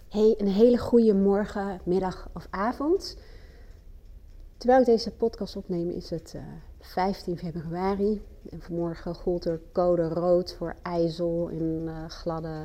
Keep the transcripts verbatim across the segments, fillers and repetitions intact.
Hey, een hele goede morgen, middag of avond. Terwijl ik deze podcast opneem is het uh, vijftien februari. En vanmorgen gold er code rood voor ijzel en uh, gladde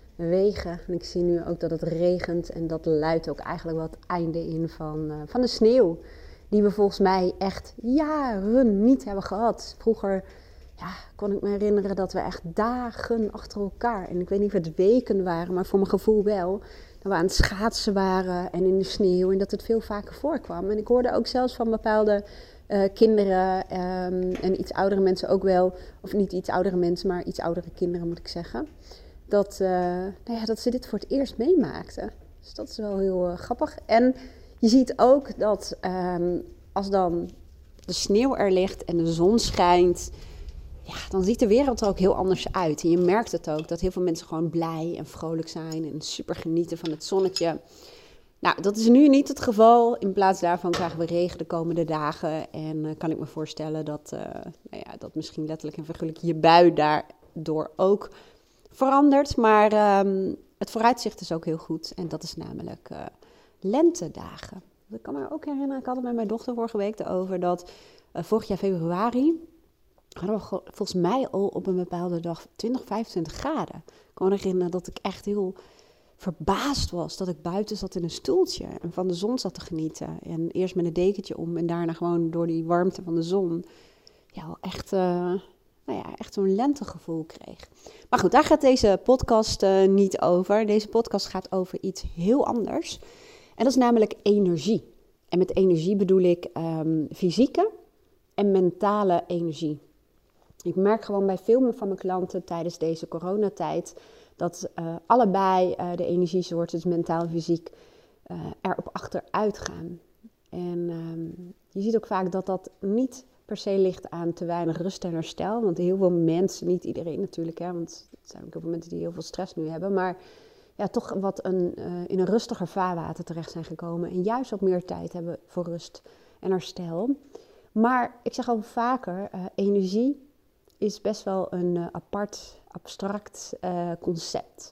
wegen. En ik zie nu ook dat het regent en dat luidt ook eigenlijk wel het einde in van, uh, van de sneeuw. Die we volgens mij echt jaren niet hebben gehad. Vroeger ja, kon ik me herinneren dat we echt dagen achter elkaar, en ik weet niet of het weken waren, maar voor mijn gevoel wel, dat we aan het schaatsen waren en in de sneeuw en dat het veel vaker voorkwam. En ik hoorde ook zelfs van bepaalde uh, kinderen um, en iets oudere mensen ook wel, of niet iets oudere mensen, maar iets oudere kinderen moet ik zeggen, dat, uh, nou ja, dat ze dit voor het eerst meemaakten. Dus dat is wel heel uh, grappig. En je ziet ook dat um, als dan de sneeuw er ligt en de zon schijnt, ja, dan ziet de wereld er ook heel anders uit. En je merkt het ook, dat heel veel mensen gewoon blij en vrolijk zijn en super genieten van het zonnetje. Nou, dat is nu niet het geval. In plaats daarvan krijgen we regen de komende dagen. En uh, kan ik me voorstellen dat, uh, nou ja, dat misschien letterlijk en figuurlijk je bui daardoor ook verandert. Maar um, het vooruitzicht is ook heel goed. En dat is namelijk uh, lentedagen. Ik kan me ook herinneren, ik had het met mijn dochter vorige week over dat uh, vorig jaar februari hadden we volgens mij al op een bepaalde dag twintig, vijfentwintig graden. Ik kan me herinneren dat ik echt heel verbaasd was dat ik buiten zat in een stoeltje en van de zon zat te genieten. En eerst met een dekentje om en daarna gewoon door die warmte van de zon ja, echt, uh, nou ja, echt zo'n lentegevoel kreeg. Maar goed, daar gaat deze podcast uh, niet over. Deze podcast gaat over iets heel anders. En dat is namelijk energie. En met energie bedoel ik um, fysieke en mentale energie. Ik merk gewoon bij veel van mijn klanten tijdens deze coronatijd dat uh, allebei uh, de energiesoorten, dus mentaal en fysiek, uh, erop achteruit gaan. En um, je ziet ook vaak dat dat niet per se ligt aan te weinig rust en herstel. Want heel veel mensen, niet iedereen natuurlijk, hè, want er zijn ook heel veel mensen die heel veel stress nu hebben, maar ja, toch wat een, uh, in een rustiger vaarwater terecht zijn gekomen en juist wat meer tijd hebben voor rust en herstel. Maar ik zeg al vaker, uh, energie is best wel een uh, apart, abstract uh, concept.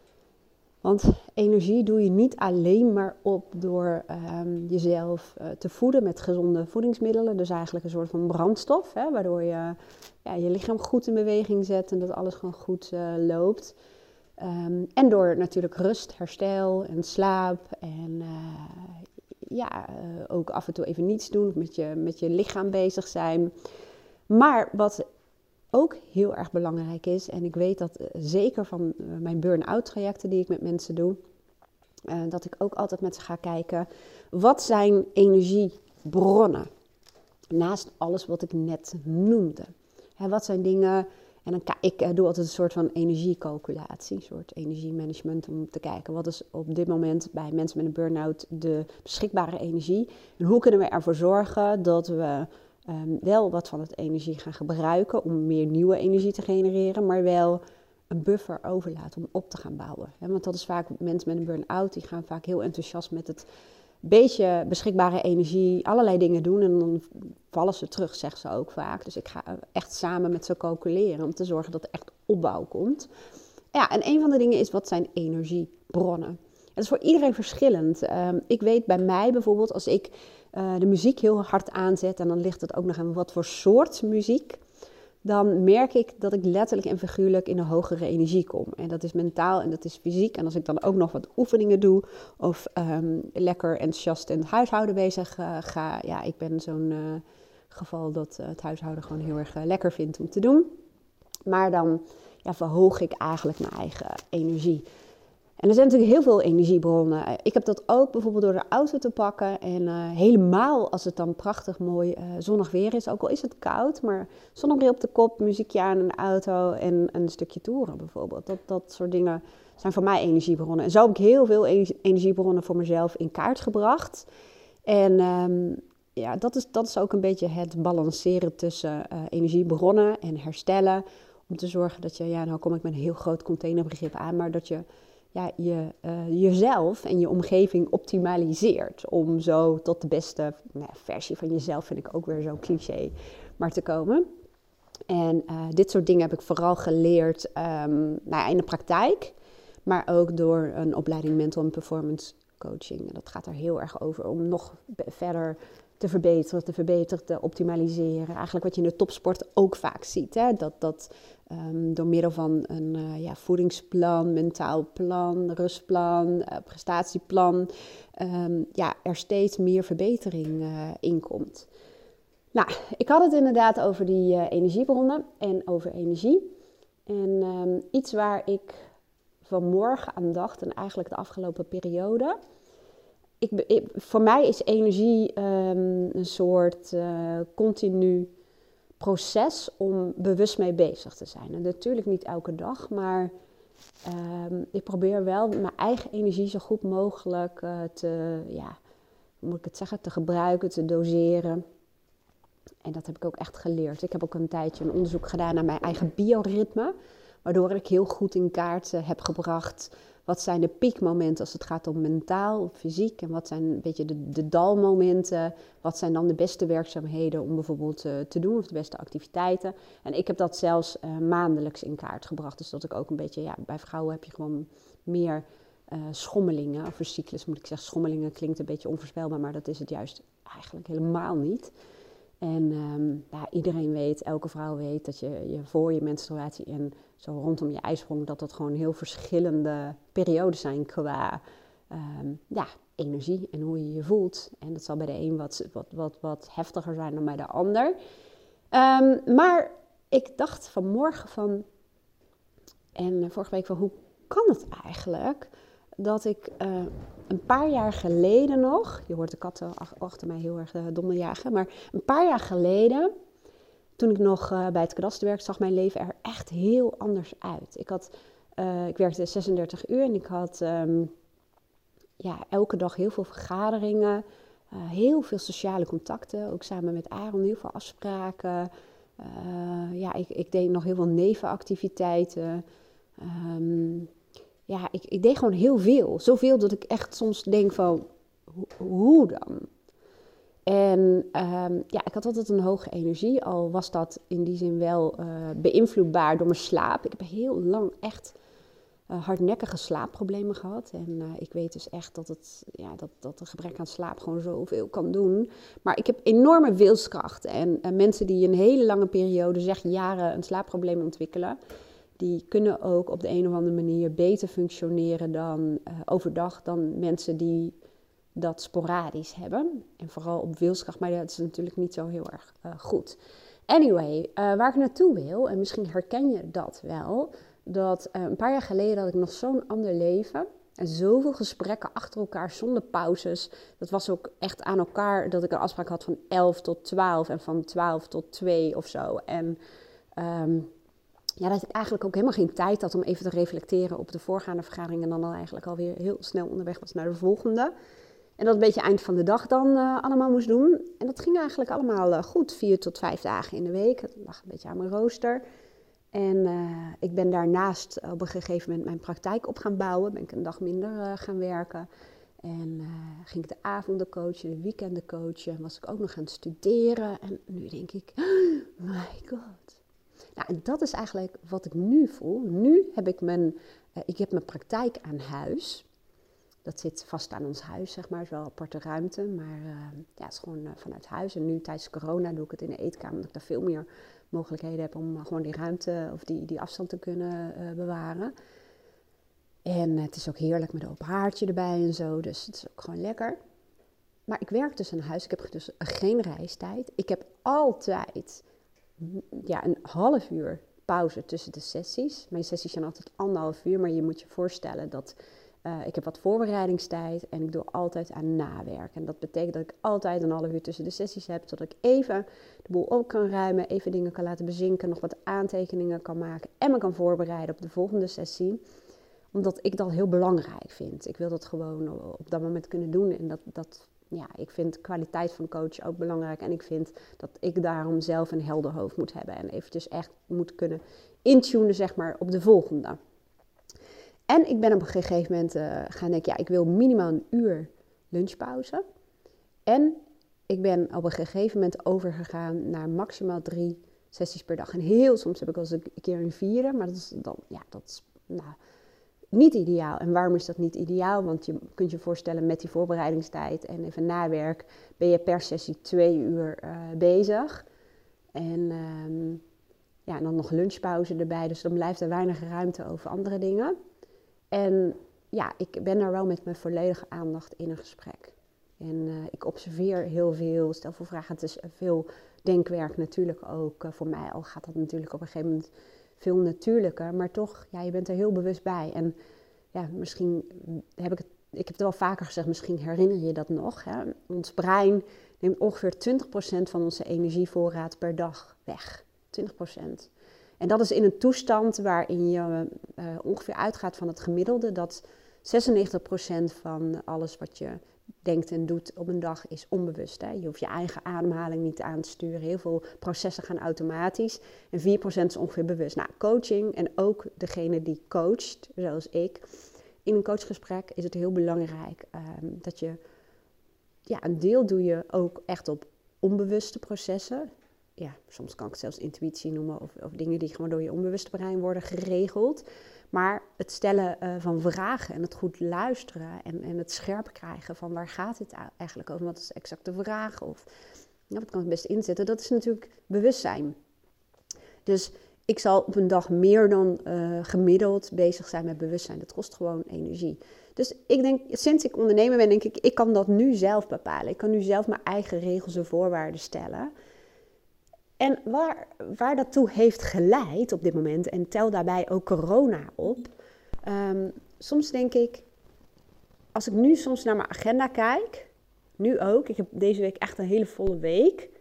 Want energie doe je niet alleen maar op door um, jezelf uh, te voeden met gezonde voedingsmiddelen. Dus eigenlijk een soort van brandstof, hè, waardoor je ja, je lichaam goed in beweging zet en dat alles gewoon goed uh, loopt. Um, en door natuurlijk rust, herstel en slaap en uh, ja, uh, ook af en toe even niets doen, met je, met je lichaam bezig zijn. Maar wat ook heel erg belangrijk is, en ik weet dat uh, zeker van uh, mijn burn-out trajecten die ik met mensen doe, uh, dat ik ook altijd met ze ga kijken, wat zijn energiebronnen? Naast alles wat ik net noemde. Hè, wat zijn dingen, en dan, ik uh, doe altijd een soort van energiecalculatie, een soort energiemanagement, om te kijken wat is op dit moment bij mensen met een burn-out de beschikbare energie. En hoe kunnen we ervoor zorgen dat we Um, wel wat van het energie gaan gebruiken om meer nieuwe energie te genereren, maar wel een buffer overlaten om op te gaan bouwen. He, want dat is vaak mensen met een burn-out, die gaan vaak heel enthousiast met het beetje beschikbare energie allerlei dingen doen en dan vallen ze terug, zegt ze ook vaak. Dus ik ga echt samen met ze calculeren om te zorgen dat er echt opbouw komt. Ja, en een van de dingen is, wat zijn energiebronnen? Het is voor iedereen verschillend. Um, ik weet bij mij bijvoorbeeld, als ik uh, de muziek heel hard aanzet, en dan ligt het ook nog aan wat voor soort muziek, dan merk ik dat ik letterlijk en figuurlijk in een hogere energie kom. En dat is mentaal en dat is fysiek. En als ik dan ook nog wat oefeningen doe, of um, lekker enthousiast in het huishouden bezig uh, ga, ja, ik ben zo'n uh, geval dat uh, het huishouden gewoon heel erg uh, lekker vindt om te doen. Maar dan ja, verhoog ik eigenlijk mijn eigen energie. En er zijn natuurlijk heel veel energiebronnen. Ik heb dat ook bijvoorbeeld door de auto te pakken. En uh, helemaal als het dan prachtig mooi uh, zonnig weer is. Ook al is het koud, maar zonnebril op de kop, muziekje aan in de auto en een stukje toeren bijvoorbeeld. Dat, dat soort dingen zijn voor mij energiebronnen. En zo heb ik heel veel energiebronnen voor mezelf in kaart gebracht. En um, ja, dat is, dat is ook een beetje het balanceren tussen uh, energiebronnen en herstellen. Om te zorgen dat je, ja, nou kom ik met een heel groot containerbegrip aan, maar dat je ja, je, uh, jezelf en je omgeving optimaliseert. Om zo tot de beste nou ja, versie van jezelf, vind ik ook weer zo cliché, maar te komen. En uh, dit soort dingen heb ik vooral geleerd um, nou ja, in de praktijk. Maar ook door een opleiding Mental en Performance Coaching. En dat gaat er heel erg over om nog verder te verbeteren, te verbeteren, te optimaliseren. Eigenlijk wat je in de topsport ook vaak ziet. Hè? Dat, dat um, door middel van een uh, ja, voedingsplan, mentaal plan, rustplan, uh, prestatieplan, um, ja, er steeds meer verbetering uh, in komt. Nou, ik had het inderdaad over die uh, energiebronnen en over energie. En um, iets waar ik vanmorgen aan dacht en eigenlijk de afgelopen periode. Ik, ik, voor mij is energie um, een soort uh, continu proces om bewust mee bezig te zijn. En natuurlijk niet elke dag, maar um, ik probeer wel mijn eigen energie zo goed mogelijk uh, te, ja, hoe moet ik het zeggen, te gebruiken, te doseren. En dat heb ik ook echt geleerd. Ik heb ook een tijdje een onderzoek gedaan naar mijn eigen bioritme, waardoor ik heel goed in kaart uh, heb gebracht wat zijn de piekmomenten als het gaat om mentaal of fysiek en wat zijn een beetje de, de dalmomenten, wat zijn dan de beste werkzaamheden om bijvoorbeeld uh, te doen of de beste activiteiten. En ik heb dat zelfs uh, maandelijks in kaart gebracht, dus dat ik ook een beetje, ja, bij vrouwen heb je gewoon meer uh, schommelingen, of een cyclus moet ik zeggen. Schommelingen klinkt een beetje onvoorspelbaar, maar dat is het juist eigenlijk helemaal niet. En um, ja, iedereen weet, elke vrouw weet dat je, je voor je menstruatie en zo rondom je ijsprong, dat dat gewoon heel verschillende periodes zijn qua um, ja, energie en hoe je je voelt. En dat zal bij de een wat, wat, wat, wat heftiger zijn dan bij de ander. Um, maar ik dacht vanmorgen van, en vorige week van, hoe kan het eigenlijk dat ik uh, een paar jaar geleden nog, je hoort de katten achter mij heel erg uh, donderjagen, maar een paar jaar geleden, toen ik nog uh, bij het kadaster werkte, zag mijn leven er echt heel anders uit. Ik, had, uh, ik werkte zesendertig uur en ik had um, ja, elke dag heel veel vergaderingen, uh, heel veel sociale contacten, ook samen met Aaron, heel veel afspraken. Uh, ja, ik, ik deed nog heel veel nevenactiviteiten. Um, Ja, ik, ik deed gewoon heel veel. Zoveel dat ik echt soms denk van, ho, hoe dan? En um, ja, ik had altijd een hoge energie. Al was dat in die zin wel uh, beïnvloedbaar door mijn slaap. Ik heb heel lang echt uh, hardnekkige slaapproblemen gehad. En uh, ik weet dus echt dat, het, ja, dat, dat een gebrek aan slaap gewoon zoveel kan doen. Maar ik heb enorme wilskracht. En uh, mensen die een hele lange periode, zeg jaren, een slaapprobleem ontwikkelen, die kunnen ook op de een of andere manier beter functioneren dan uh, overdag dan mensen die dat sporadisch hebben. En vooral op wilskracht, maar dat is natuurlijk niet zo heel erg uh, goed. Anyway, uh, waar ik naartoe wil, en misschien herken je dat wel, dat uh, een paar jaar geleden had ik nog zo'n ander leven. En zoveel gesprekken achter elkaar, zonder pauzes. Dat was ook echt aan elkaar, dat ik een afspraak had van elf tot twaalf en van twaalf tot twee of zo. En Um, Ja, dat ik eigenlijk ook helemaal geen tijd had om even te reflecteren op de voorgaande vergadering. En dan al eigenlijk alweer heel snel onderweg was naar de volgende. En dat een beetje eind van de dag dan uh, allemaal moest doen. En dat ging eigenlijk allemaal uh, goed. Vier tot vijf dagen in de week. Dat lag een beetje aan mijn rooster. En uh, ik ben daarnaast op een gegeven moment mijn praktijk op gaan bouwen. Ben ik een dag minder uh, gaan werken. En uh, ging ik de avonden coachen, de weekenden coachen. Was ik ook nog gaan studeren. En nu denk ik, oh my god. Nou, en dat is eigenlijk wat ik nu voel. Nu heb ik mijn, uh, ik heb mijn praktijk aan huis. Dat zit vast aan ons huis, zeg maar. Het is wel een aparte ruimte, maar uh, ja, het is gewoon uh, vanuit huis. En nu tijdens corona doe ik het in de eetkamer, omdat ik daar veel meer mogelijkheden heb om uh, gewoon die ruimte of die, die afstand te kunnen uh, bewaren. En uh, het is ook heerlijk met een open haartje erbij en zo, dus het is ook gewoon lekker. Maar ik werk dus aan huis, ik heb dus geen reistijd. Ik heb altijd ja, een half uur pauze tussen de sessies. Mijn sessies zijn altijd anderhalf uur, maar je moet je voorstellen dat uh, ik heb wat voorbereidingstijd en ik doe altijd aan nawerk. En dat betekent dat ik altijd een half uur tussen de sessies heb, zodat ik even de boel op kan ruimen, even dingen kan laten bezinken, nog wat aantekeningen kan maken en me kan voorbereiden op de volgende sessie. Omdat ik dat heel belangrijk vind. Ik wil dat gewoon op dat moment kunnen doen en dat... dat Ja, ik vind kwaliteit van coach ook belangrijk. En ik vind dat ik daarom zelf een helder hoofd moet hebben. En eventjes echt moet kunnen intunen, zeg maar, op de volgende. En ik ben op een gegeven moment uh, gaan denken, ja, ik wil minimaal een uur lunchpauze. En ik ben op een gegeven moment overgegaan naar maximaal drie sessies per dag. En heel soms heb ik wel eens een keer een vierde. Maar dat is dan, ja, dat is, nou... niet ideaal. En waarom is dat niet ideaal? Want je kunt je voorstellen met die voorbereidingstijd en even nawerk ben je per sessie twee uur uh, bezig. En, um, ja, en dan nog lunchpauze erbij, dus dan blijft er weinig ruimte over andere dingen. En ja, ik ben daar wel met mijn volledige aandacht in een gesprek. En uh, ik observeer heel veel, stel voor vragen. Het is veel denkwerk natuurlijk ook. Uh, voor mij al gaat dat natuurlijk op een gegeven moment veel natuurlijker. Maar toch, ja, je bent er heel bewust bij. En ja, misschien heb ik het, ik heb het wel vaker gezegd, misschien herinner je dat nog. Hè? Ons brein neemt ongeveer twintig procent van onze energievoorraad per dag weg. twintig procent. En dat is in een toestand waarin je uh, ongeveer uitgaat van het gemiddelde. Dat zesennegentig procent van alles wat je denkt en doet op een dag is onbewust. Hè? Je hoeft je eigen ademhaling niet aan te sturen. Heel veel processen gaan automatisch. En vier procent is ongeveer bewust. Nou, coaching en ook degene die coacht, zoals ik. In een coachgesprek is het heel belangrijk um, dat je... Ja, een deel doe je ook echt op onbewuste processen. Ja, soms kan ik het zelfs intuïtie noemen. Of, of dingen die gewoon door je onbewuste brein worden geregeld. Maar het stellen uh, van vragen en het goed luisteren en, en het scherp krijgen van waar gaat het eigenlijk over? Wat is de exacte vraag? Of ja, wat kan ik het best inzetten? Dat is natuurlijk bewustzijn. Dus ik zal op een dag meer dan uh, gemiddeld bezig zijn met bewustzijn. Dat kost gewoon energie. Dus ik denk, sinds ik ondernemer ben, denk ik, ik kan dat nu zelf bepalen. Ik kan nu zelf mijn eigen regels en voorwaarden stellen. En waar, waar dat toe heeft geleid op dit moment, en tel daarbij ook corona op. Um, soms denk ik, als ik nu soms naar mijn agenda kijk, nu ook, ik heb deze week echt een hele volle week.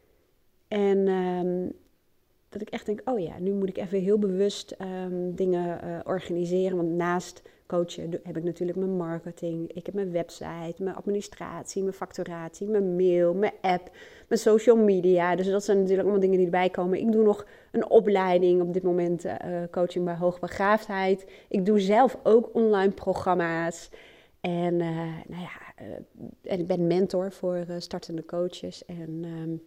En um, dat ik echt denk, oh ja, nu moet ik even heel bewust um, dingen uh, organiseren. Want naast coachen heb ik natuurlijk mijn marketing, ik heb mijn website, mijn administratie, mijn facturatie, mijn mail, mijn app, mijn social media. Dus dat zijn natuurlijk allemaal dingen die erbij komen. Ik doe nog een opleiding op dit moment, uh, coaching bij hoogbegaafdheid. Ik doe zelf ook online programma's. En, uh, nou ja, uh, en ik ben mentor voor uh, startende coaches. En um,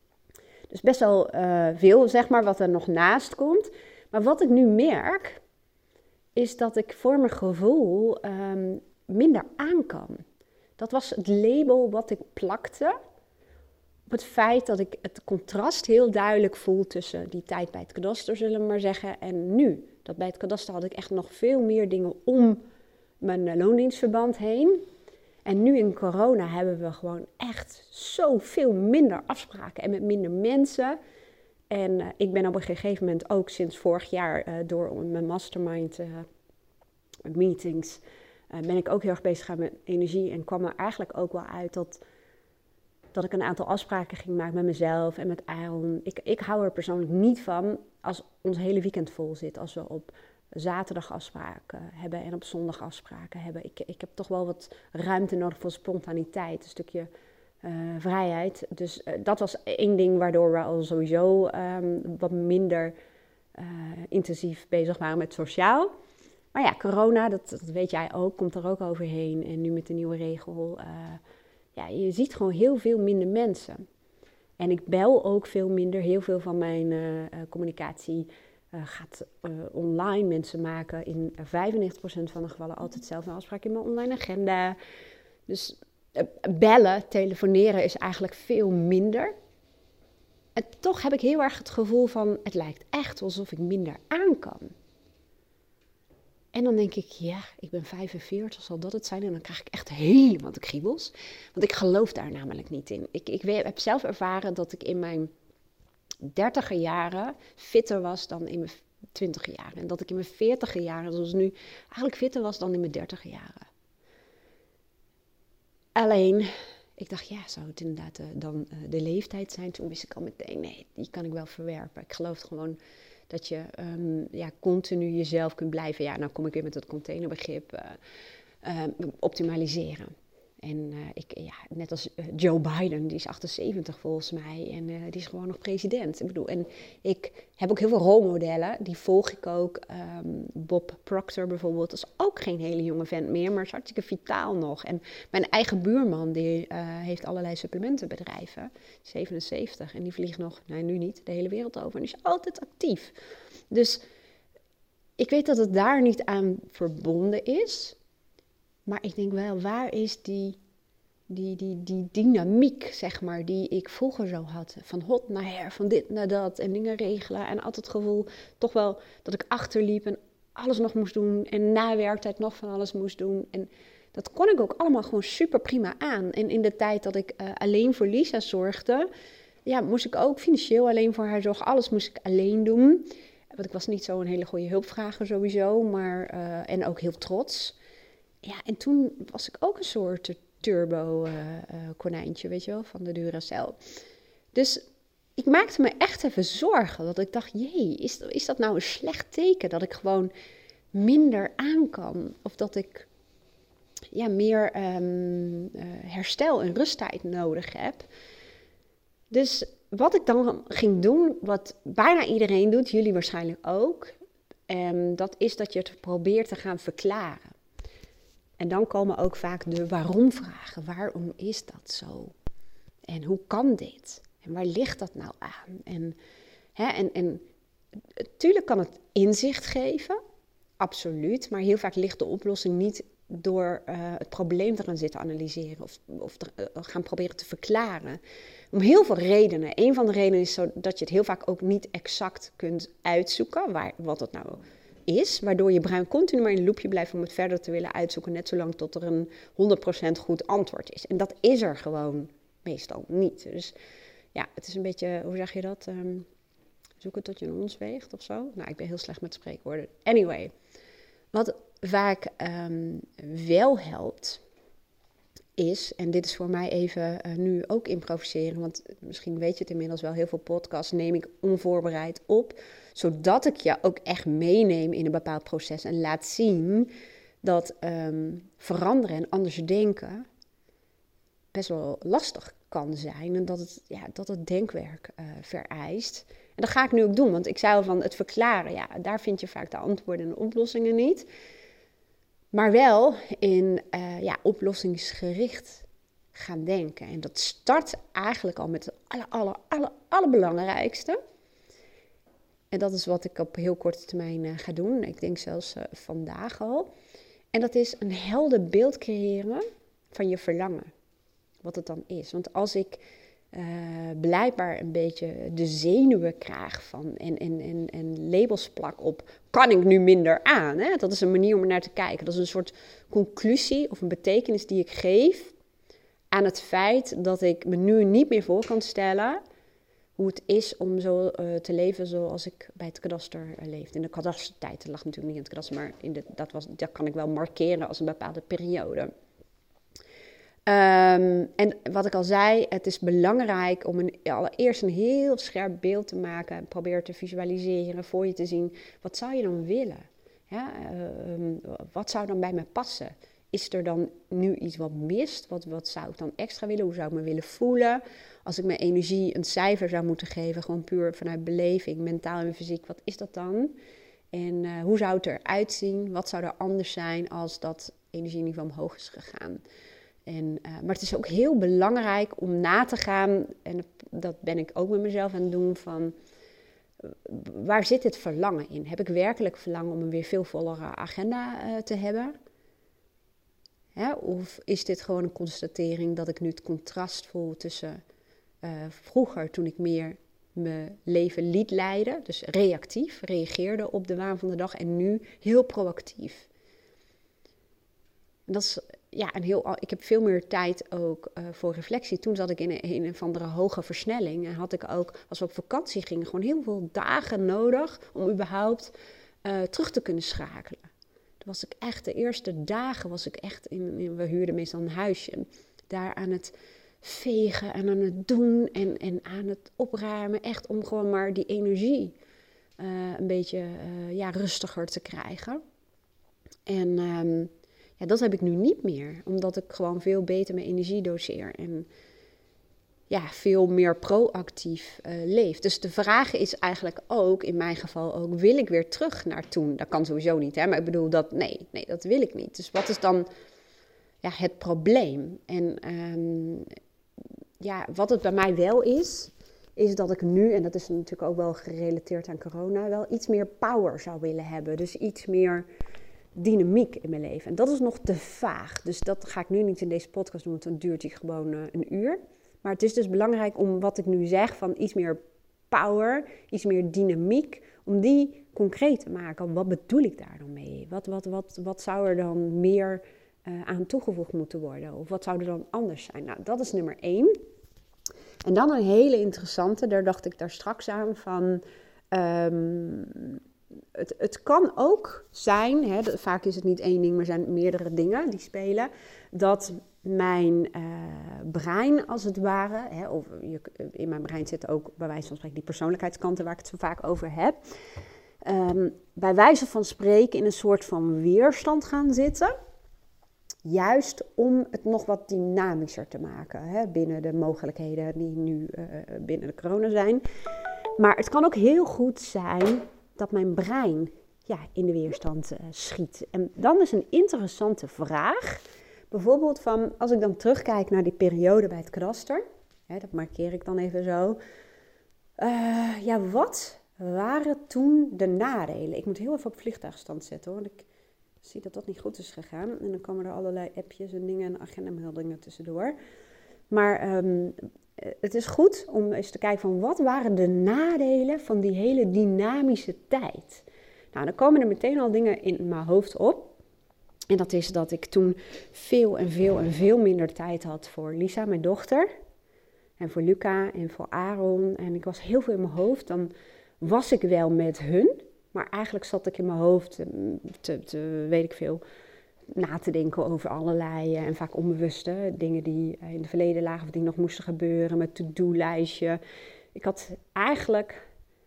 dus best wel uh, veel, zeg maar, wat er nog naast komt. Maar wat ik nu merk, is dat ik voor mijn gevoel um, minder aan kan. Dat was het label wat ik plakte op het feit dat ik het contrast heel duidelijk voel tussen die tijd bij het kadaster, zullen we maar zeggen, en nu. Dat bij het kadaster had ik echt nog veel meer dingen om mijn uh, loondienstverband heen. En nu in corona hebben we gewoon echt zoveel minder afspraken en met minder mensen. En uh, ik ben op een gegeven moment ook sinds vorig jaar uh, door mijn mastermind uh, meetings... Uh, ben ik ook heel erg bezig gegaan met energie. En kwam er eigenlijk ook wel uit dat, dat ik een aantal afspraken ging maken met mezelf en met Aaron. Ik, ik hou er persoonlijk niet van als ons hele weekend vol zit. Als we op zaterdag afspraken hebben en op zondag afspraken hebben. Ik, ik heb toch wel wat ruimte nodig voor spontaniteit. Een stukje uh, vrijheid. Dus uh, dat was één ding waardoor we al sowieso um, wat minder uh, intensief bezig waren met sociaal. Maar ja, corona, dat, dat weet jij ook, komt er ook overheen. En nu met de nieuwe regel, uh, ja, je ziet gewoon heel veel minder mensen. En ik bel ook veel minder. Heel veel van mijn uh, communicatie uh, gaat uh, online. Mensen maken in vijfennegentig procent van de gevallen altijd zelf een afspraak in mijn online agenda. Dus uh, bellen, telefoneren is eigenlijk veel minder. En toch heb ik heel erg het gevoel van, het lijkt echt alsof ik minder aan kan. En dan denk ik, ja, ik ben vijfenveertig, zal dat het zijn? En dan krijg ik echt helemaal de kriebels. Want ik geloof daar namelijk niet in. Ik, ik heb zelf ervaren dat ik in mijn dertiger jaren fitter was dan in mijn twintiger jaren. En dat ik in mijn veertiger jaren, zoals nu, eigenlijk fitter was dan in mijn dertiger jaren. Alleen, ik dacht, ja, zou het inderdaad uh, dan uh, de leeftijd zijn? Toen wist ik al meteen, nee, die kan ik wel verwerpen. Ik geloof gewoon dat je um, ja, continu jezelf kunt blijven. Ja, nou kom ik weer met het containerbegrip. Uh, uh, optimaliseren. En uh, ik, ja, net als uh, Joe Biden, die is achtenzeventig volgens mij. En uh, die is gewoon nog president. Ik bedoel, en ik heb ook heel veel rolmodellen. Die volg ik ook. Um, Bob Proctor bijvoorbeeld. Dat is ook geen hele jonge vent meer, maar is hartstikke vitaal nog. En mijn eigen buurman, die uh, heeft allerlei supplementenbedrijven. zevenenzeventig. En die vliegt nog, nee nu niet, de hele wereld over. En die is altijd actief. Dus ik weet dat het daar niet aan verbonden is. Maar ik denk wel, waar is die, die, die, die dynamiek, zeg maar, die ik vroeger zo had. Van hot naar her, van dit naar dat en dingen regelen. En altijd het gevoel toch wel dat ik achterliep en alles nog moest doen. En na werktijd nog van alles moest doen. En dat kon ik ook allemaal gewoon super prima aan. En in de tijd dat ik uh, alleen voor Lisa zorgde, ja, moest ik ook financieel alleen voor haar zorgen. Alles moest ik alleen doen. Want ik was niet zo'n hele goede hulpvrager sowieso, maar uh, en ook heel trots. Ja, en toen was ik ook een soort turbo-konijntje, uh, uh, weet je wel, van de Duracell. Dus ik maakte me echt even zorgen, dat ik dacht, jee, is, is dat nou een slecht teken? Dat ik gewoon minder aan kan? Of dat ik ja, meer um, uh, herstel en rusttijd nodig heb? Dus wat ik dan ging doen, wat bijna iedereen doet, jullie waarschijnlijk ook, um, dat is dat je het probeert te gaan verklaren. En dan komen ook vaak de waarom-vragen. Waarom is dat zo? En hoe kan dit? En waar ligt dat nou aan? En, hè, en, en natuurlijk kan het inzicht geven, absoluut. Maar heel vaak ligt de oplossing niet door uh, het probleem te gaan zitten analyseren of, of te, uh, gaan proberen te verklaren. Om heel veel redenen. Een van de redenen is zo dat je het heel vaak ook niet exact kunt uitzoeken, waar, wat het nou is, waardoor je brein continu maar in een loopje blijft om het verder te willen uitzoeken, net zolang tot er een honderd procent goed antwoord is. En dat is er gewoon meestal niet. Dus ja, het is een beetje, hoe zeg je dat? Um, zoeken tot je een ons weegt of zo? Nou, ik ben heel slecht met spreekwoorden. Anyway, wat vaak um, wel helpt, is, en dit is voor mij even uh, nu ook improviseren, want misschien weet je het inmiddels wel, heel veel podcasts neem ik onvoorbereid op, zodat ik je ook echt meeneem in een bepaald proces en laat zien dat um, veranderen en anders denken best wel lastig kan zijn en dat het, ja, dat het denkwerk uh, vereist. En dat ga ik nu ook doen, want ik zei al van het verklaren, ja, daar vind je vaak de antwoorden en de oplossingen niet. Maar wel in uh, ja, oplossingsgericht gaan denken. En dat start eigenlijk al met het aller, aller, aller, allerbelangrijkste. En dat is wat ik op heel korte termijn uh, ga doen. Ik denk zelfs uh, vandaag al. En dat is een helder beeld creëren van je verlangen. Wat het dan is. Want als ik uh, blijkbaar een beetje de zenuwen krijg van en, en, en, en labels plak op, kan ik nu minder aan? Hè? Dat is een manier om er naar te kijken. Dat is een soort conclusie of een betekenis die ik geef aan het feit dat ik me nu niet meer voor kan stellen hoe het is om zo uh, te leven zoals ik bij het kadaster uh, leefde. In de kadastertijd, dat lag natuurlijk niet in het kadaster, maar in de, dat, was, dat kan ik wel markeren als een bepaalde periode. Um, en wat ik al zei, het is belangrijk om een, allereerst een heel scherp beeld te maken en probeer te visualiseren, voor je te zien, wat zou je dan willen? Ja, um, wat zou dan bij me passen? Is er dan nu iets wat mist? Wat, wat zou ik dan extra willen? Hoe zou ik me willen voelen? Als ik mijn energie een cijfer zou moeten geven, gewoon puur vanuit beleving, mentaal en fysiek, wat is dat dan? En uh, hoe zou het eruit zien? Wat zou er anders zijn als dat energieniveau omhoog is gegaan? En, uh, maar het is ook heel belangrijk om na te gaan, en dat ben ik ook met mezelf aan het doen, van waar zit het verlangen in? Heb ik werkelijk verlangen om een weer veel vollere agenda uh, te hebben? Hè? Of is dit gewoon een constatering dat ik nu het contrast voel tussen uh, vroeger, toen ik meer mijn leven liet leiden, dus reactief, reageerde op de waan van de dag, en nu heel proactief. En dat is, ja, een heel, ik heb veel meer tijd ook uh, voor reflectie. Toen zat ik in een, in een of andere hoge versnelling en had ik ook, als we op vakantie gingen, gewoon heel veel dagen nodig om überhaupt uh, terug te kunnen schakelen. Toen was ik echt, de eerste dagen was ik echt, in, in, we huurden meestal een huisje, daar aan het vegen en aan het doen en, en aan het opruimen. Echt om gewoon maar die energie uh, een beetje uh, ja, rustiger te krijgen. En um, ja, dat heb ik nu niet meer, omdat ik gewoon veel beter mijn energie doseer en ja, veel meer proactief uh, leef. Dus de vraag is eigenlijk ook, in mijn geval ook, wil ik weer terug naar toen? Dat kan sowieso niet, hè? Maar ik bedoel, dat, nee, nee, dat wil ik niet. Dus wat is dan ja, het probleem? En um, ja, wat het bij mij wel is, is dat ik nu, en dat is natuurlijk ook wel gerelateerd aan corona, wel iets meer power zou willen hebben. Dus iets meer dynamiek in mijn leven. En dat is nog te vaag. Dus dat ga ik nu niet in deze podcast doen, want dan duurt die gewoon uh, een uur. Maar het is dus belangrijk om wat ik nu zeg, van iets meer power, iets meer dynamiek, om die concreet te maken. Wat bedoel ik daar dan mee? Wat, wat, wat, wat zou er dan meer uh, aan toegevoegd moeten worden? Of wat zou er dan anders zijn? Nou, dat is nummer één. En dan een hele interessante, daar dacht ik daar straks aan van... Um, het, het kan ook zijn, hè, vaak is het niet één ding, maar zijn meerdere dingen die spelen, dat mijn uh, brein als het ware, hè, of je, in mijn brein zitten ook bij wijze van spreken die persoonlijkheidskanten waar ik het zo vaak over heb, um, bij wijze van spreken in een soort van weerstand gaan zitten. Juist om het nog wat dynamischer te maken, hè, binnen de mogelijkheden die nu uh, binnen de corona zijn. Maar het kan ook heel goed zijn dat mijn brein ja, in de weerstand uh, schiet. En dan is een interessante vraag, bijvoorbeeld van als ik dan terugkijk naar die periode bij het kadaster, hè, dat markeer ik dan even zo. Uh, ja, wat waren toen de nadelen? Ik moet heel even op vliegtuigstand zetten hoor, want ik zie dat dat niet goed is gegaan. En dan komen er allerlei appjes en dingen en agendameldingen tussendoor. Maar um, het is goed om eens te kijken van wat waren de nadelen van die hele dynamische tijd. Nou, dan komen er meteen al dingen in mijn hoofd op. En dat is dat ik toen veel en veel en veel minder tijd had voor Lisa, mijn dochter. En voor Luca en voor Aaron. En ik was heel veel in mijn hoofd. Dan was ik wel met hun. Maar eigenlijk zat ik in mijn hoofd, te, te, weet ik veel, na te denken over allerlei en vaak onbewuste dingen die in het verleden lagen of die nog moesten gebeuren, met to-do-lijstje. Ik had eigenlijk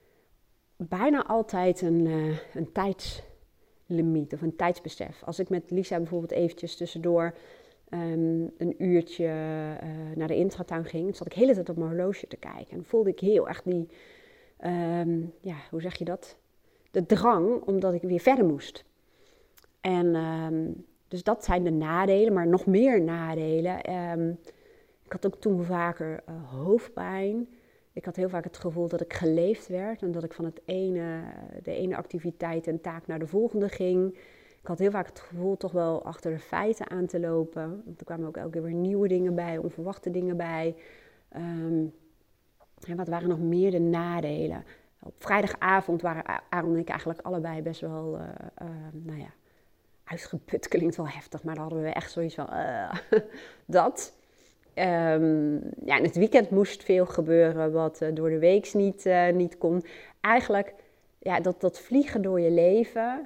bijna altijd een, uh, een tijdslimiet of een tijdsbesef. Als ik met Lisa bijvoorbeeld eventjes tussendoor um, een uurtje uh, naar de intratuin ging, zat ik de hele tijd op mijn horloge te kijken. En voelde ik heel erg die, um, ja, hoe zeg je dat? De drang, omdat ik weer verder moest. En um, dus dat zijn de nadelen, maar nog meer nadelen. Um, ik had ook toen vaker uh, hoofdpijn. Ik had heel vaak het gevoel dat ik geleefd werd en dat ik van het ene, de ene activiteit en taak naar de volgende ging. Ik had heel vaak het gevoel toch wel achter de feiten aan te lopen. Want er kwamen ook elke keer weer nieuwe dingen bij, onverwachte dingen bij. Um, en wat waren nog meer de nadelen? Op vrijdagavond waren Aaron en ik eigenlijk allebei best wel, uh, uh, nou ja, uitgeput klinkt wel heftig, maar dan hadden we echt zoiets van, uh, dat. Um, ja, in het weekend moest veel gebeuren wat uh, door de week niet, uh, niet kon. Eigenlijk, ja, dat, dat vliegen door je leven,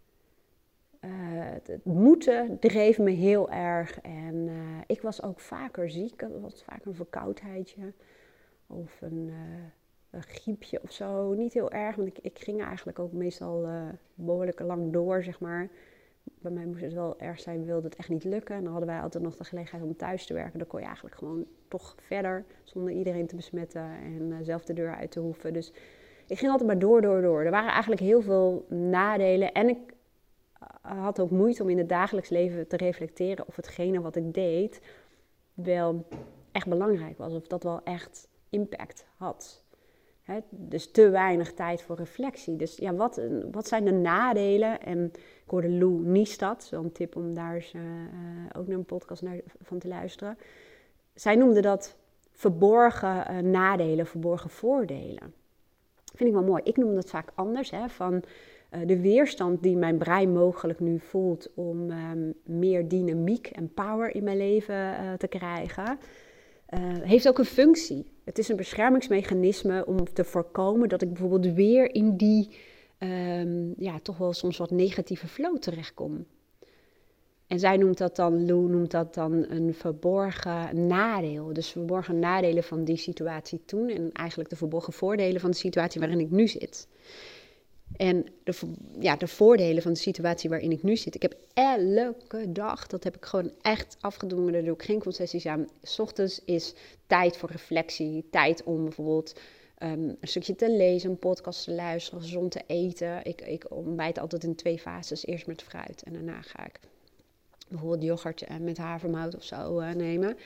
uh, het moeten dreef me heel erg. En uh, ik was ook vaker ziek, het was vaak een verkoudheidje of een... Uh, een griepje of zo, niet heel erg, want ik, ik ging eigenlijk ook meestal uh, behoorlijk lang door, zeg maar. Bij mij moest het wel erg zijn, wilde het echt niet lukken. En dan hadden wij altijd nog de gelegenheid om thuis te werken. Dan kon je eigenlijk gewoon toch verder, zonder iedereen te besmetten en uh, zelf de deur uit te hoeven. Dus ik ging altijd maar door, door, door. Er waren eigenlijk heel veel nadelen en ik uh, had ook moeite om in het dagelijks leven te reflecteren of hetgene wat ik deed wel echt belangrijk was. Of dat wel echt impact had. He, dus te weinig tijd voor reflectie. Dus ja, wat, wat zijn de nadelen? En ik hoorde Lou Niestad, zo'n tip om daar eens, uh, ook naar een podcast naar, van te luisteren. Zij noemde dat verborgen uh, nadelen, verborgen voordelen. Vind ik wel mooi. Ik noem dat vaak anders. Hè, van uh, de weerstand die mijn brein mogelijk nu voelt om um, meer dynamiek en power in mijn leven uh, te krijgen... Uh, heeft ook een functie. Het is een beschermingsmechanisme om te voorkomen dat ik bijvoorbeeld weer in die, um, ja, toch wel soms wat negatieve flow terechtkom. En zij noemt dat dan, Lou noemt dat dan een verborgen nadeel. Dus verborgen nadelen van die situatie toen en eigenlijk de verborgen voordelen van de situatie waarin ik nu zit. En de, ja, de voordelen van de situatie waarin ik nu zit. Ik heb elke dag, dat heb ik gewoon echt afgedwongen, daar doe ik geen concessies aan. 's Ochtends is tijd voor reflectie, tijd om bijvoorbeeld um, een stukje te lezen, een podcast te luisteren, gezond te eten. Ik, ik ontbijt altijd in twee fases, eerst met fruit en daarna ga ik bijvoorbeeld yoghurt met havermout of zo uh, nemen.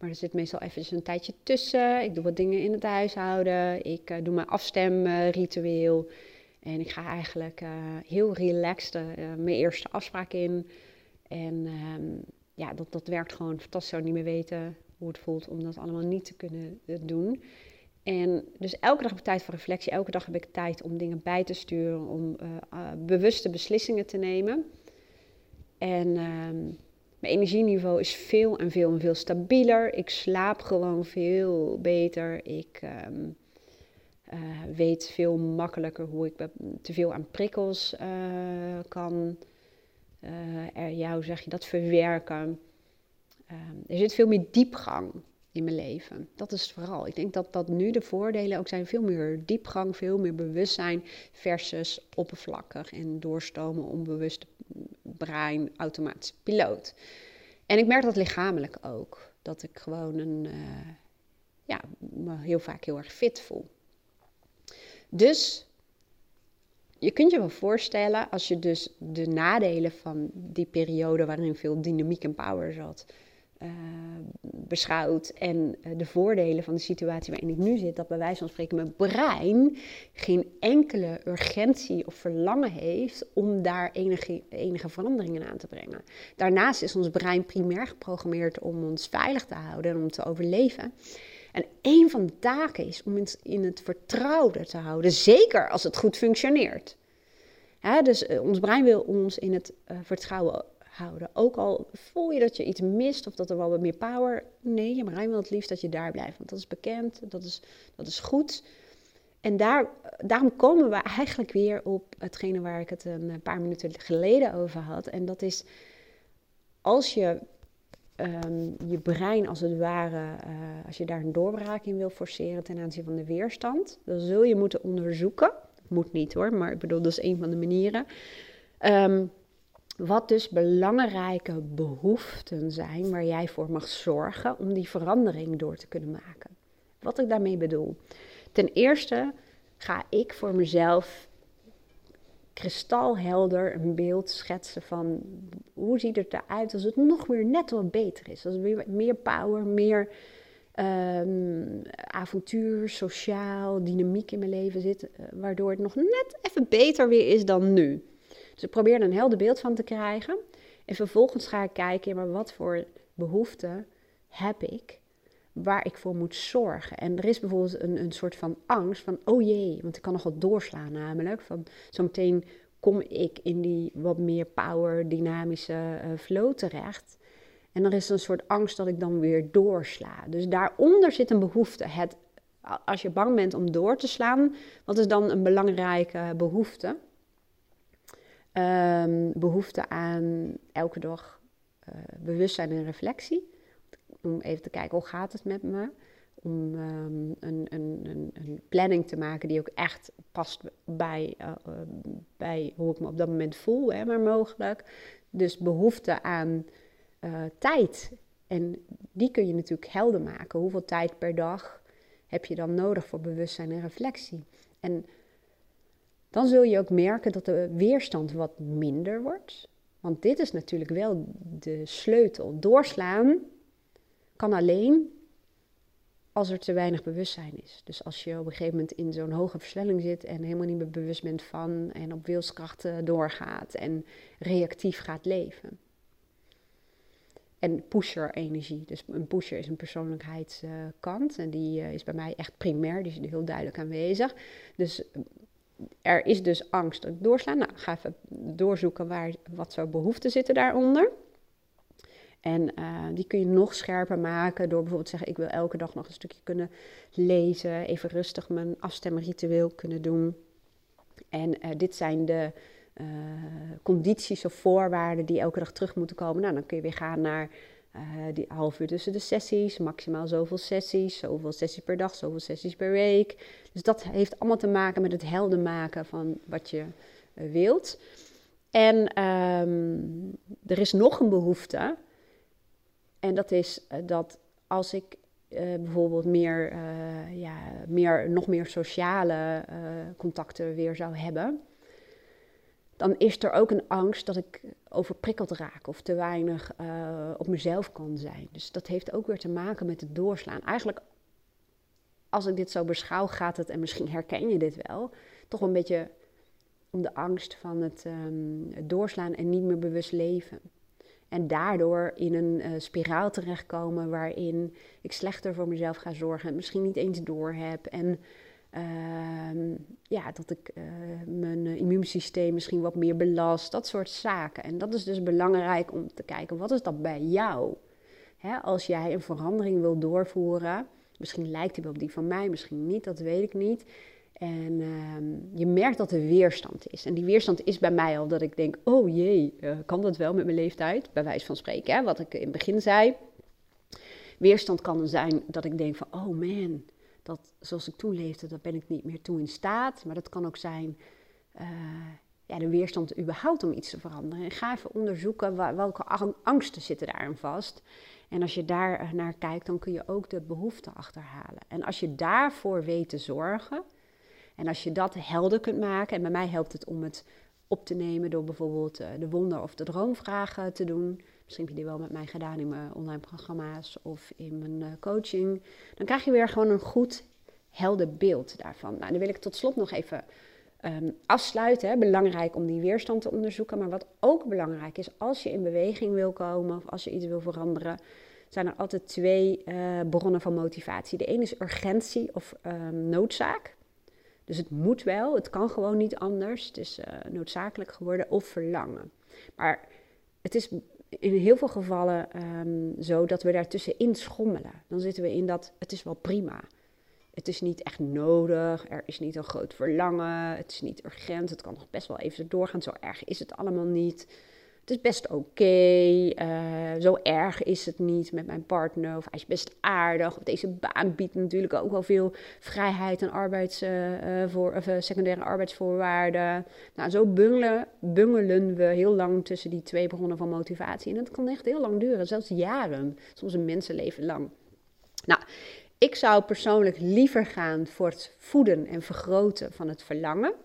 Maar er zit meestal eventjes een tijdje tussen. Ik doe wat dingen in het huishouden. Ik uh, doe mijn afstemritueel. En ik ga eigenlijk uh, heel relaxed uh, mijn eerste afspraak in. En um, ja, dat, dat werkt gewoon fantastisch. Zou niet meer weten hoe het voelt om dat allemaal niet te kunnen uh, doen. En dus elke dag heb ik tijd voor reflectie. Elke dag heb ik tijd om dingen bij te sturen. Om uh, uh, bewuste beslissingen te nemen. En um, mijn energieniveau is veel en veel en veel stabieler. Ik slaap gewoon veel beter. Ik um, uh, weet veel makkelijker hoe ik te veel aan prikkels uh, kan... Uh, er, ja, hoe zeg je dat, verwerken. Uh, er zit veel meer diepgang in mijn leven. Dat is het vooral. Ik denk dat dat nu de voordelen ook zijn. Veel meer diepgang, veel meer bewustzijn versus oppervlakkig en doorstomen, onbewuste brein, automatische piloot. En ik merk dat lichamelijk ook. Dat ik gewoon een, uh, ja, me heel vaak heel erg fit voel. Dus je kunt je wel voorstellen, als je dus de nadelen van die periode waarin veel dynamiek en power zat, uh, beschouwt en uh, de voordelen van de situatie waarin ik nu zit, dat bij wijze van spreken mijn brein geen enkele urgentie of verlangen heeft om daar enige, enige veranderingen aan te brengen. Daarnaast is ons brein primair geprogrammeerd om ons veilig te houden en om te overleven. En een van de taken is om het in het vertrouwde te houden, zeker als het goed functioneert. Ja, dus uh, ons brein wil ons in het uh, vertrouwen houden. Ook al voel je dat je iets mist of dat er wel wat meer power. Nee, je brein wil het liefst dat je daar blijft. Want dat is bekend, dat is, dat is goed. En daar, daarom komen we eigenlijk weer op hetgene waar ik het een paar minuten geleden over had. En dat is, als je um, je brein als het ware, uh, als je daar een doorbraak in wil forceren ten aanzien van de weerstand, dan zul je moeten onderzoeken. Moet niet hoor, maar ik bedoel, dat is een van de manieren. Um, wat dus belangrijke behoeften zijn waar jij voor mag zorgen om die verandering door te kunnen maken. Wat ik daarmee bedoel. Ten eerste ga ik voor mezelf kristalhelder een beeld schetsen van hoe ziet het eruit als het nog weer net wat beter is. Als er weer meer power, meer um, avontuur, sociaal, dynamiek in mijn leven zit, waardoor het nog net even beter weer is dan nu. Dus ik probeer er een helder beeld van te krijgen. En vervolgens ga ik kijken, maar wat voor behoeften heb ik waar ik voor moet zorgen. En er is bijvoorbeeld een, een soort van angst van, oh jee, want ik kan nog wat doorslaan namelijk. Van zometeen kom ik in die wat meer power, dynamische uh, flow terecht. En er is een soort angst dat ik dan weer doorsla. Dus daaronder zit een behoefte. Het, als je bang bent om door te slaan, wat is dan een belangrijke behoefte? Um, behoefte aan elke dag uh, bewustzijn en reflectie. Om even te kijken, hoe gaat het met me? Om um, een, een, een, een planning te maken die ook echt past bij, uh, uh, bij hoe ik me op dat moment voel, hè, maar mogelijk. Dus behoefte aan uh, tijd. En die kun je natuurlijk helder maken. Hoeveel tijd per dag heb je dan nodig voor bewustzijn en reflectie? En dan zul je ook merken dat de weerstand wat minder wordt. Want dit is natuurlijk wel de sleutel. Doorslaan kan alleen als er te weinig bewustzijn is. Dus als je op een gegeven moment in zo'n hoge versnelling zit en helemaal niet meer bewust bent van en op wilskrachten doorgaat en reactief gaat leven. En pusher-energie. Dus een pusher is een persoonlijkheidskant en die uh, is bij mij echt primair, die is heel duidelijk aanwezig. Dus er is dus angst dat ik doorsla. Nou, ga even doorzoeken waar, wat voor behoeften zitten daaronder. En uh, die kun je nog scherper maken door bijvoorbeeld te zeggen, ik wil elke dag nog een stukje kunnen lezen, even rustig mijn afstemritueel kunnen doen. En uh, dit zijn de uh, condities of voorwaarden die elke dag terug moeten komen. Nou, dan kun je weer gaan naar uh, die half uur tussen de sessies, maximaal zoveel sessies, zoveel sessies per dag, zoveel sessies per week. Dus dat heeft allemaal te maken met het helder maken van wat je uh, wilt. En um, er is nog een behoefte. En dat is uh, dat als ik uh, bijvoorbeeld meer, uh, ja, meer, nog meer sociale uh, contacten weer zou hebben, dan is er ook een angst dat ik overprikkeld raak of te weinig uh, op mezelf kan zijn. Dus dat heeft ook weer te maken met het doorslaan. Eigenlijk, als ik dit zo beschouw, gaat het, en misschien herken je dit wel, toch wel een beetje om de angst van het, um, het doorslaan en niet meer bewust leven. En daardoor in een uh, spiraal terechtkomen waarin ik slechter voor mezelf ga zorgen en misschien niet eens door heb. En uh, ja, dat ik uh, mijn uh, immuunsysteem misschien wat meer belast. Dat soort zaken. En dat is dus belangrijk om te kijken, wat is dat bij jou? Hè, als jij een verandering wil doorvoeren, misschien lijkt die wel op die van mij, misschien niet, dat weet ik niet. En uh, je merkt dat er weerstand is. En die weerstand is bij mij al dat ik denk, oh jee, uh, kan dat wel met mijn leeftijd? Bij wijze van spreken, hè? Wat ik in het begin zei. Weerstand kan er zijn dat ik denk van, oh man, dat, zoals ik toen leefde, dat ben ik niet meer toe in staat. Maar dat kan ook zijn, uh, ja, de weerstand überhaupt om iets te veranderen. En ga even onderzoeken waar, welke angsten zitten daarin vast. En als je daar naar kijkt, dan kun je ook de behoefte achterhalen. En als je daarvoor weet te zorgen, en als je dat helder kunt maken, en bij mij helpt het om het op te nemen door bijvoorbeeld uh, de wonder- of de droomvragen te doen. Misschien heb je die wel met mij gedaan in mijn online programma's of in mijn uh, coaching. Dan krijg je weer gewoon een goed, helder beeld daarvan. Nou, dan wil ik tot slot nog even um, afsluiten. Hè. Belangrijk om die weerstand te onderzoeken. Maar wat ook belangrijk is, als je in beweging wil komen of als je iets wil veranderen, zijn er altijd twee uh, bronnen van motivatie. De ene is urgentie of um, noodzaak. Dus het moet wel, het kan gewoon niet anders. Het is uh, noodzakelijk geworden of verlangen. Maar het is in heel veel gevallen um, zo dat we daartussenin schommelen. Dan zitten we in dat, het is wel prima. Het is niet echt nodig, er is niet een groot verlangen, het is niet urgent. Het kan nog best wel even doorgaan, zo erg is het allemaal niet. Het is best oké, okay. uh, zo erg is het niet met mijn partner. Of hij is best aardig. Of deze baan biedt natuurlijk ook wel veel vrijheid en arbeids, uh, voor, of, uh, secundaire arbeidsvoorwaarden. Nou, zo bungelen, bungelen we heel lang tussen die twee bronnen van motivatie. En dat kan echt heel lang duren, zelfs jaren. Soms een mensenleven lang. Nou, ik zou persoonlijk liever gaan voor het voeden en vergroten van het verlangen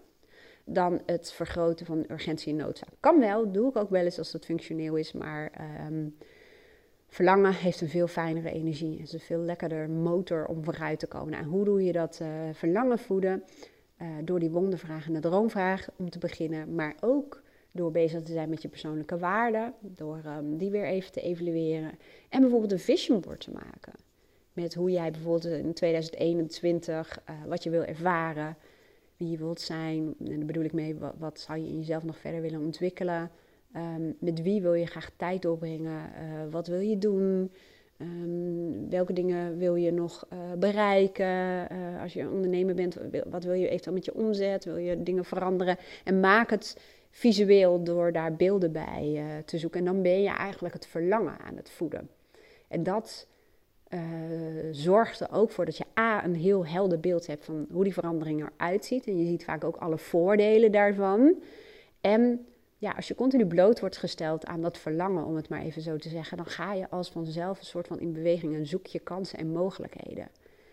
dan het vergroten van urgentie en noodzaak. Kan wel, doe ik ook wel eens als dat functioneel is, maar um, verlangen heeft een veel fijnere energie. Het is een veel lekkerder motor om vooruit te komen. Nou, hoe doe je dat uh, verlangen voeden? Uh, door die wondervraag en de droomvraag om te beginnen, maar ook door bezig te zijn met je persoonlijke waarden, door um, die weer even te evalueren en bijvoorbeeld een vision board te maken. Met hoe jij bijvoorbeeld in tweeduizend eenentwintig, uh, wat je wil ervaren, wie je wilt zijn. En daar bedoel ik mee, wat, wat zou je in jezelf nog verder willen ontwikkelen? Um, met wie wil je graag tijd doorbrengen? Uh, wat wil je doen? Um, welke dingen wil je nog uh, bereiken? Uh, als je een ondernemer bent, wat wil je eventueel met je omzet? Wil je dingen veranderen? En maak het visueel door daar beelden bij uh, te zoeken. En dan ben je eigenlijk het verlangen aan het voeden. En dat Uh, zorgt er ook voor dat je A, een heel helder beeld hebt van hoe die verandering eruit ziet. En je ziet vaak ook alle voordelen daarvan. En ja, als je continu bloot wordt gesteld aan dat verlangen, om het maar even zo te zeggen, dan ga je als vanzelf een soort van in beweging en zoek je kansen en mogelijkheden.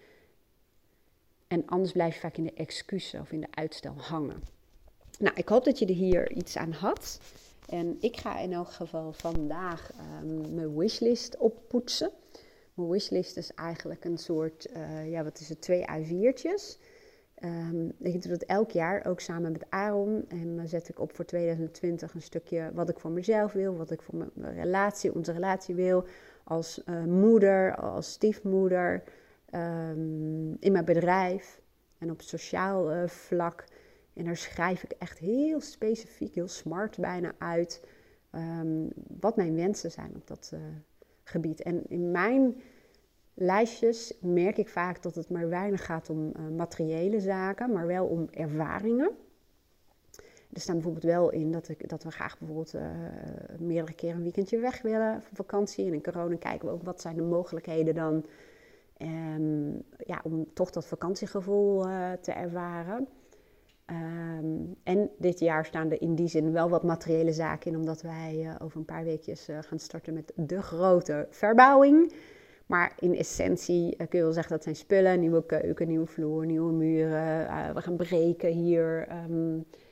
En anders blijf je vaak in de excuses of in de uitstel hangen. Nou, ik hoop dat je er hier iets aan had. En ik ga in elk geval vandaag um, mijn wishlist oppoetsen. Mijn wishlist is eigenlijk een soort, uh, ja wat is het, twee A viertjes. Um, ik doe dat elk jaar, ook samen met Aaron. En dan zet ik op voor tweeduizend twintig een stukje wat ik voor mezelf wil, wat ik voor mijn, mijn relatie, onze relatie wil. Als uh, moeder, als stiefmoeder, um, in mijn bedrijf en op sociaal uh, vlak. En daar schrijf ik echt heel specifiek, heel smart bijna uit, um, wat mijn wensen zijn op dat uh, gebied. En in mijn lijstjes merk ik vaak dat het maar weinig gaat om uh, materiële zaken, maar wel om ervaringen. Er staan bijvoorbeeld wel in dat, ik, dat we graag bijvoorbeeld uh, meerdere keren een weekendje weg willen voor vakantie. En in corona kijken we ook wat zijn de mogelijkheden dan um, ja, om toch dat vakantiegevoel uh, te ervaren. Um, en dit jaar staan er in die zin wel wat materiële zaken in, omdat wij uh, over een paar weekjes uh, gaan starten met de grote verbouwing. Maar in essentie uh, kun je wel zeggen dat zijn spullen, nieuwe keuken, nieuwe vloer, nieuwe muren. Uh, we gaan breken hier. Um,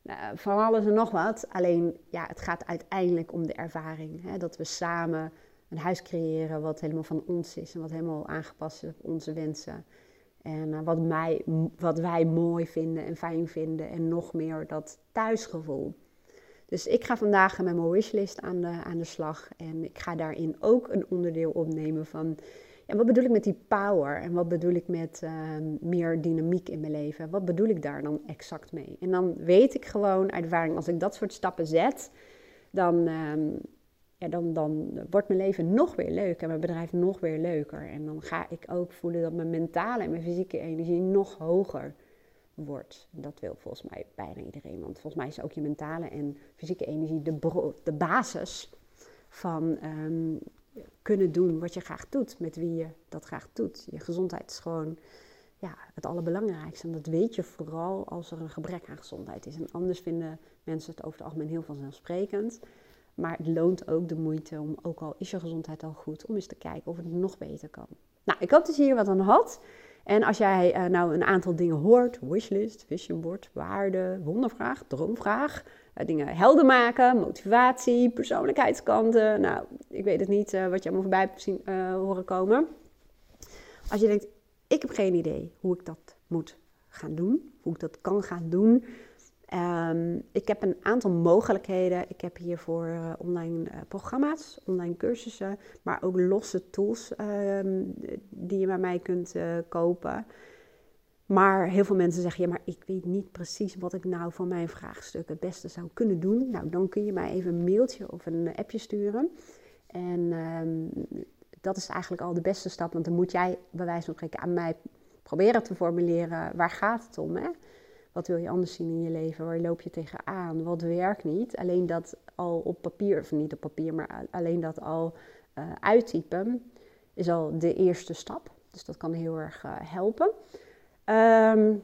Nou, van alles en nog wat. Alleen, ja, het gaat uiteindelijk om de ervaring. Hè? Dat we samen een huis creëren wat helemaal van ons is. En wat helemaal aangepast is op onze wensen. En uh, wat, mij, wat wij mooi vinden en fijn vinden. En nog meer dat thuisgevoel. Dus ik ga vandaag met mijn wishlist aan de, aan de slag. En ik ga daarin ook een onderdeel opnemen van... Ja, wat bedoel ik met die power? En wat bedoel ik met uh, meer dynamiek in mijn leven? Wat bedoel ik daar dan exact mee? En dan weet ik gewoon uit ervaring, als ik dat soort stappen zet... Dan, um, ja, dan, dan wordt mijn leven nog weer leuk en mijn bedrijf nog weer leuker. En dan ga ik ook voelen dat mijn mentale en mijn fysieke energie nog hoger wordt. Dat wil volgens mij bijna iedereen. Want volgens mij is ook je mentale en fysieke energie de, bro- de basis van um, kunnen doen wat je graag doet. Met wie je dat graag doet. Je gezondheid is gewoon ja, het allerbelangrijkste. En dat weet je vooral als er een gebrek aan gezondheid is. En anders vinden mensen het over het algemeen heel vanzelfsprekend. Maar het loont ook de moeite om, ook al is je gezondheid al goed, om eens te kijken of het nog beter kan. Nou, ik hoop dat je hier wat aan had. En als jij uh, nou een aantal dingen hoort, wishlist, vision board, waarde, wondervraag, droomvraag, uh, dingen helder maken, motivatie, persoonlijkheidskanten. Nou, ik weet het niet uh, wat je allemaal voorbij hebt zien uh, horen komen. Als je denkt, ik heb geen idee hoe ik dat moet gaan doen, hoe ik dat kan gaan doen. Um, ik heb een aantal mogelijkheden. Ik heb hiervoor uh, online uh, programma's, online cursussen, maar ook losse tools um, die je bij mij kunt uh, kopen. Maar heel veel mensen zeggen, ja, maar ik weet niet precies wat ik nou voor mijn vraagstuk het beste zou kunnen doen. Nou, dan kun je mij even een mailtje of een appje sturen. En um, dat is eigenlijk al de beste stap, want dan moet jij bij wijze van spreken aan mij proberen te formuleren, waar gaat het om, hè? Wat wil je anders zien in je leven? Waar loop je tegenaan? Wat werkt niet? Alleen dat al op papier, of niet op papier, maar alleen dat al uh, uittypen is al de eerste stap. Dus dat kan heel erg uh, helpen. Um,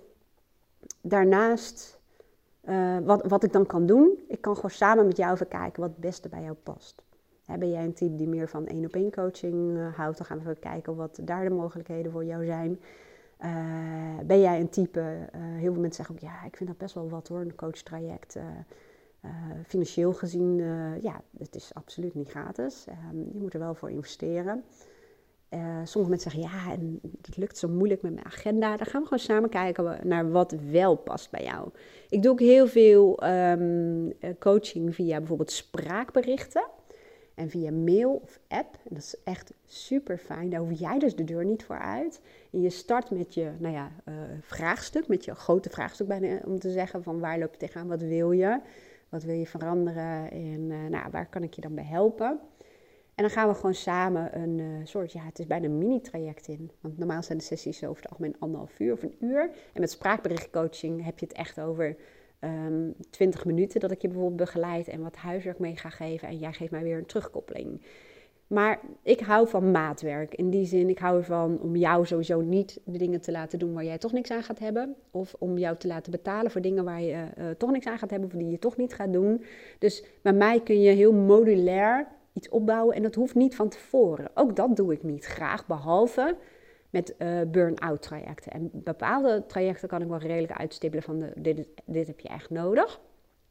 daarnaast, uh, wat, wat ik dan kan doen, ik kan gewoon samen met jou even kijken wat het beste bij jou past. Hè, ben jij een type die meer van één op één coaching uh, houdt, dan gaan we even kijken wat daar de mogelijkheden voor jou zijn. Uh, ben jij een type, uh, heel veel mensen zeggen ook, ja, ik vind dat best wel wat hoor, een coachtraject. Uh, uh, financieel gezien, uh, ja, het is absoluut niet gratis. Um, je moet er wel voor investeren. Uh, sommige mensen zeggen, ja, en het lukt zo moeilijk met mijn agenda. Dan gaan we gewoon samen kijken naar wat wel past bij jou. Ik doe ook heel veel um, coaching via bijvoorbeeld spraakberichten. En via mail of app. En dat is echt super fijn. Daar hoef jij dus de deur niet voor uit. En je start met je nou ja, uh, vraagstuk. Met je grote vraagstuk bijna, om te zeggen van waar loop je tegenaan? Wat wil je? Wat wil je veranderen? En uh, nou, waar kan ik je dan bij helpen? En dan gaan we gewoon samen een uh, soort, ja, het is bijna een mini-traject in. Want normaal zijn de sessies over het algemeen anderhalf uur of een uur. En met spraakberichtcoaching heb je het echt over Um, twintig minuten dat ik je bijvoorbeeld begeleid en wat huiswerk mee ga geven en jij geeft mij weer een terugkoppeling. Maar ik hou van maatwerk. In die zin, ik hou ervan om jou sowieso niet de dingen te laten doen waar jij toch niks aan gaat hebben. Of om jou te laten betalen voor dingen waar je uh, toch niks aan gaat hebben of die je toch niet gaat doen. Dus bij mij kun je heel modulair iets opbouwen en dat hoeft niet van tevoren. Ook dat doe ik niet graag, behalve met uh, burn-out trajecten. En bepaalde trajecten kan ik wel redelijk uitstippelen van de, dit, dit heb je echt nodig.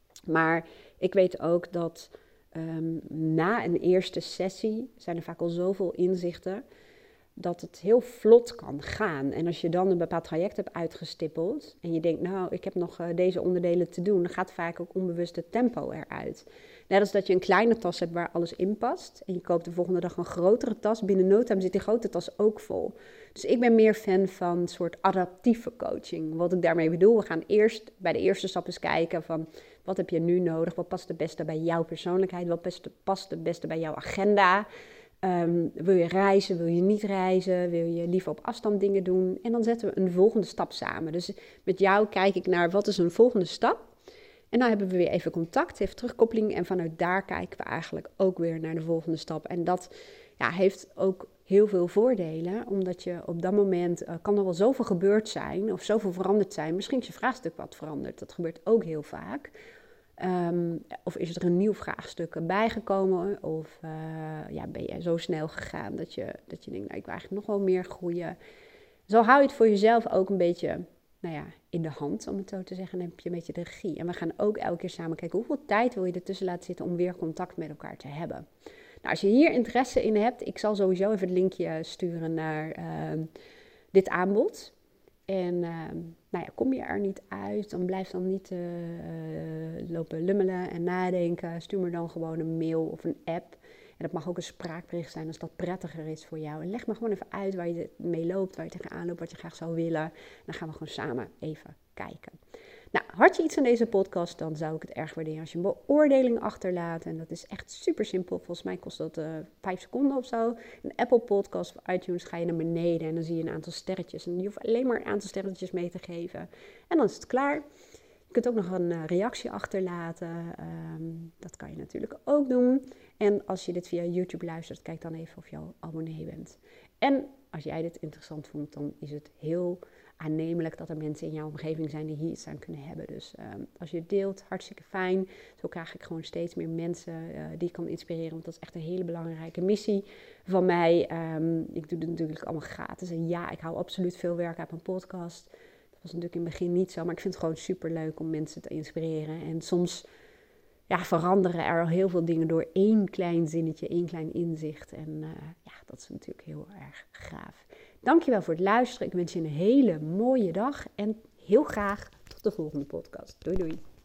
Maar ik weet ook dat um, na een eerste sessie zijn er vaak al zoveel inzichten dat het heel vlot kan gaan. En als je dan een bepaald traject hebt uitgestippeld en je denkt, nou, ik heb nog uh, deze onderdelen te doen, dan gaat vaak ook onbewust het tempo eruit. Net als dat je een kleine tas hebt waar alles in past en je koopt de volgende dag een grotere tas, binnen no time zit die grote tas ook vol. Dus ik ben meer fan van een soort adaptieve coaching. Wat ik daarmee bedoel, we gaan eerst bij de eerste stap eens kijken van wat heb je nu nodig, wat past het beste bij jouw persoonlijkheid, wat past, past het beste bij jouw agenda. Um, wil je reizen, wil je niet reizen, wil je liever op afstand dingen doen? En dan zetten we een volgende stap samen. Dus met jou kijk ik naar wat is een volgende stap. En dan hebben we weer even contact, even terugkoppeling. En vanuit daar kijken we eigenlijk ook weer naar de volgende stap. En dat ja, heeft ook heel veel voordelen. Omdat je op dat moment, uh, kan er wel zoveel gebeurd zijn of zoveel veranderd zijn. Misschien is je vraagstuk wat veranderd. Dat gebeurt ook heel vaak. Um, of is er een nieuw vraagstuk bijgekomen? Of uh, ja, ben je zo snel gegaan dat je, dat je denkt, nou, ik wil eigenlijk nog wel meer groeien. Zo hou je het voor jezelf ook een beetje, nou nou ja, in de hand, om het zo te zeggen. Dan heb je een beetje de regie. En we gaan ook elke keer samen kijken hoeveel tijd wil je ertussen laten zitten om weer contact met elkaar te hebben. Nou, als je hier interesse in hebt, ik zal sowieso even het linkje sturen naar uh, dit aanbod. En uh, nou ja, kom je er niet uit, dan blijf dan niet uh, uh, lopen lummelen en nadenken. Stuur me dan gewoon een mail of een app. En dat mag ook een spraakbericht zijn als dat prettiger is voor jou. En leg me gewoon even uit waar je mee loopt, waar je tegenaan loopt, wat je graag zou willen. En dan gaan we gewoon samen even kijken. Nou, had je iets aan deze podcast, dan zou ik het erg waarderen als je een beoordeling achterlaat. En dat is echt super simpel. Volgens mij kost dat uh, vijf seconden of zo. Een Apple Podcast of iTunes ga je naar beneden en dan zie je een aantal sterretjes. En je hoeft alleen maar een aantal sterretjes mee te geven. En dan is het klaar. Je kunt ook nog een uh, reactie achterlaten. Um, dat kan je natuurlijk ook doen. En als je dit via YouTube luistert, kijk dan even of je al abonnee bent. En als jij dit interessant vond, dan is het heel aannemelijk dat er mensen in jouw omgeving zijn die hier iets aan kunnen hebben. Dus um, als je het deelt, hartstikke fijn. Zo krijg ik gewoon steeds meer mensen uh, die ik kan inspireren. Want dat is echt een hele belangrijke missie van mij. Um, ik doe het natuurlijk allemaal gratis. En ja, ik hou absoluut veel werk uit mijn podcast. Dat was natuurlijk in het begin niet zo. Maar ik vind het gewoon super leuk om mensen te inspireren. En soms ja, veranderen er al heel veel dingen door één klein zinnetje, één klein inzicht. En uh, ja, dat is natuurlijk heel erg gaaf. Dankjewel voor het luisteren. Ik wens je een hele mooie dag en heel graag tot de volgende podcast. Doei doei.